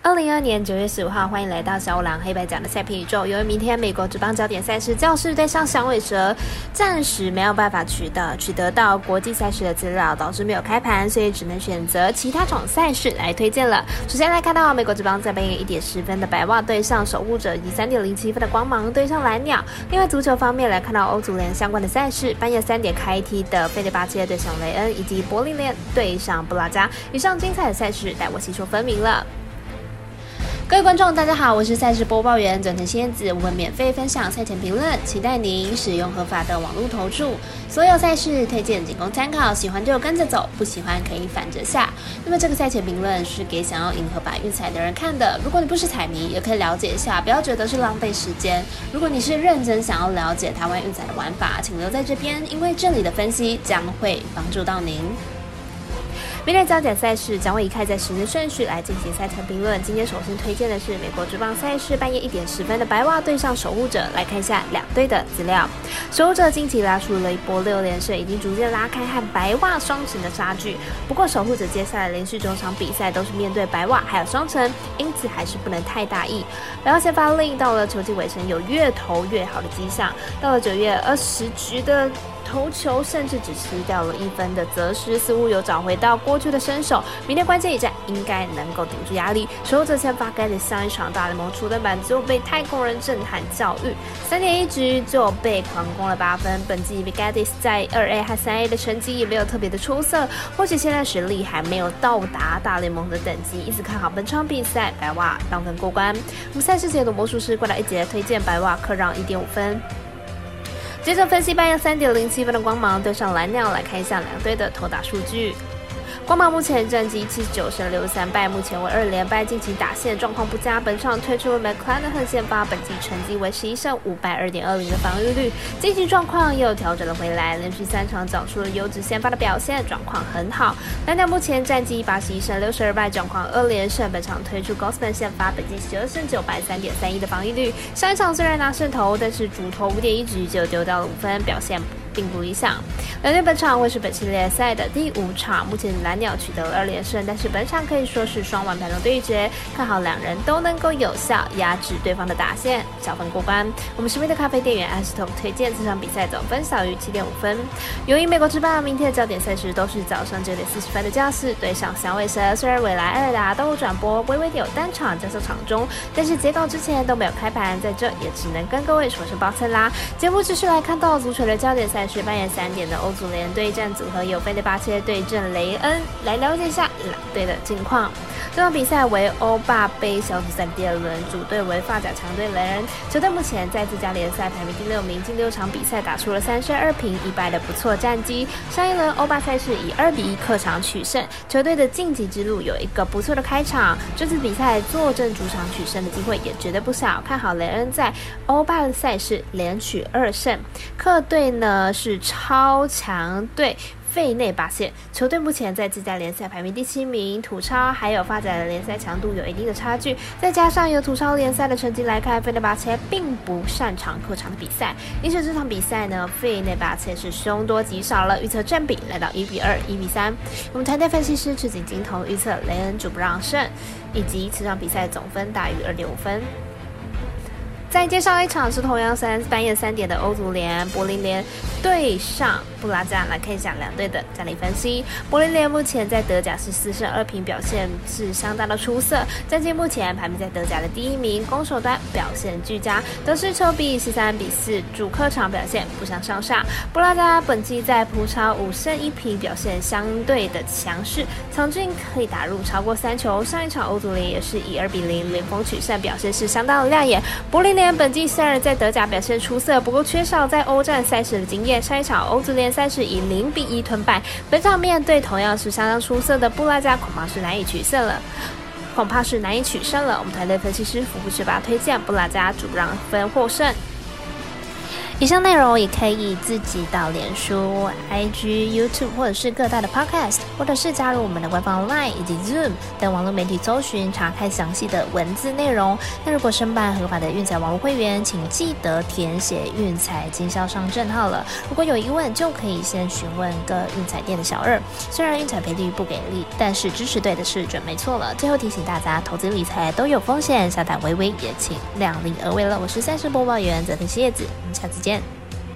2022年9月15号，欢迎来到小五郎黑白讲的赛评宇宙。由于明天美国职棒焦点赛事教士对上响尾蛇，暂时没有办法取得到国际赛事的资料，导致没有开盘，所以只能选择其他种赛事来推荐了。首先来看到美国职棒在半夜1点10分的白袜对上守护者，以及3点07分的光芒对上蓝鸟。另外足球方面来看到欧足联相关的赛事，半夜3点开踢的费内巴切对上雷恩，以及柏林联对上布拉加。以上精彩的赛事带我细说分明了。各位观众大家好，我是赛事播报员转成仙子，我们免费分享赛前评论，期待您使用合法的网络投注，所有赛事推荐仅供参考，喜欢就跟着走，不喜欢可以反着下。那么这个赛前评论是给想要赢合法运彩的人看的，如果你不是彩迷也可以了解一下，不要觉得是浪费时间。如果你是认真想要了解台湾运彩的玩法，请留在这边，因为这里的分析将会帮助到您。明天焦点赛事将会依开在时间顺序来进行赛前评论。今天首先推荐的是美国职棒赛事半夜1点10分的白袜对上守护者，来看一下两队的资料。守护者近期拉出了一波6连胜，已经逐渐拉开和白袜双城的差距。不过守护者接下来连续9场比赛都是面对白袜还有双城，因此还是不能太大意。白袜先发令到了球季尾声有越投越好的迹象，到了9月20局的投球甚至只吃掉了1分的泽师，似乎有找回到过去的身手。明天关键一战应该能够顶住压力。守护者先发该的上一场大联盟初登板就被太空人震撼教育，3.1局就被狂攻了8分。本季 Vigadis 在2A 和3A 的成绩也没有特别的出色，或许现在实力还没有到达大联盟的等级，一直看好本场比赛白袜让分过关。我们赛事解读魔术师过来一节推荐白袜客让1.5分。接着分析半夜3点07分的光芒对上蓝鸟，来看一下两队的投打数据。光芒目前战绩79胜63败，目前为2连败，近期打线状况不佳。本场推出了 McClanahan 先发，本季成绩为11胜5败 2.20 的防御率，近期状况又调整了回来，连续3场找出了优质先发的表现，状况很好。蓝鸟目前战绩81胜62败，状况2连胜。本场推出 Gausman 先发，本季12胜9败 3.31 的防御率。上一场虽然拿胜投，但是主投5.1局就丢掉了5分，表现并不理想。两队本场会是本系列赛的第5场，目前蓝鸟取得了2连胜，但是本场可以说是双王牌的对决，看好两人都能够有效压制对方的打线，小分过关。我们身边的咖啡店员 Aston 推荐这场比赛总分小于7.5分。由于美国职棒明天的焦点赛事都是早上9点40分的教士对上响尾蛇，虽然未来艾尔达都有转播，微微的有单场加上场中，但是截稿之前都没有开盘，在这也只能跟各位说声抱歉啦。节目继续来看到足球的焦点赛事，半夜3点的欧足联对战组合有费内巴切对阵雷恩，来了解一下两队的近况。这场比赛为欧霸杯小组赛第2轮，主队为发甲强队雷恩。球队目前在自家联赛排名第6名，近6场比赛打出了3胜2平1败的不错战绩。上一轮欧霸赛事以2比1客场取胜，球队的晋级之路有一个不错的开场。这次比赛坐镇主场取胜的机会也绝对不小，看好雷恩在欧霸的赛事连取2胜。客队呢是超强队费内巴切，球队目前在自家联赛排名第7名，土超还有发展的联赛强度有一定的差距，再加上由土超联赛的成绩来看，费内巴切并不擅长客场的比赛，因此这场比赛呢，费内巴切是凶多吉少了，预测占比来到1比2、1比3。我们团队分析师赤井金童预测雷恩主不让胜，以及此场比赛总分大于2.5分。再介绍一场是同样半夜3点的欧足联柏林联对上布拉加，来看一下两队的战力分析。柏林联目前在德甲是4胜2平，表现是相当的出色，战绩目前排名在德甲的第1名，攻守端表现俱佳，得失球比13比4，主客场表现不相上下。布拉加本季在葡超5胜1平，表现相对的强势，场均可以打入超过3球，上一场欧足联也是以2比0连封取胜，表现是相当的亮眼。柏林联本季虽然在德甲表现出色，不过缺少在欧战赛事的经验，上一场欧足联赛事以0比1吞败，本场面对同样是相当出色的布拉加，恐怕是难以取胜了。我们团队分析师福布学霸推荐布拉加主让分获胜。 以上内容也可以自己到脸书、IG、YouTube 或者是各大的 Podcast， 或者是加入我们的官方 LINE 以及 Zoom 等网络媒体搜寻查看详细的文字内容。那如果申办合法的运彩网络会员，请记得填写运彩经销商证号了。如果有疑问，就可以先询问各运彩店的小二。虽然运彩赔率不给力，但是支持对的是准没错了。最后提醒大家，投资理财都有风险，下胆微微也请量力而为了。我是赛事播报员泽田叶子，我们下次见。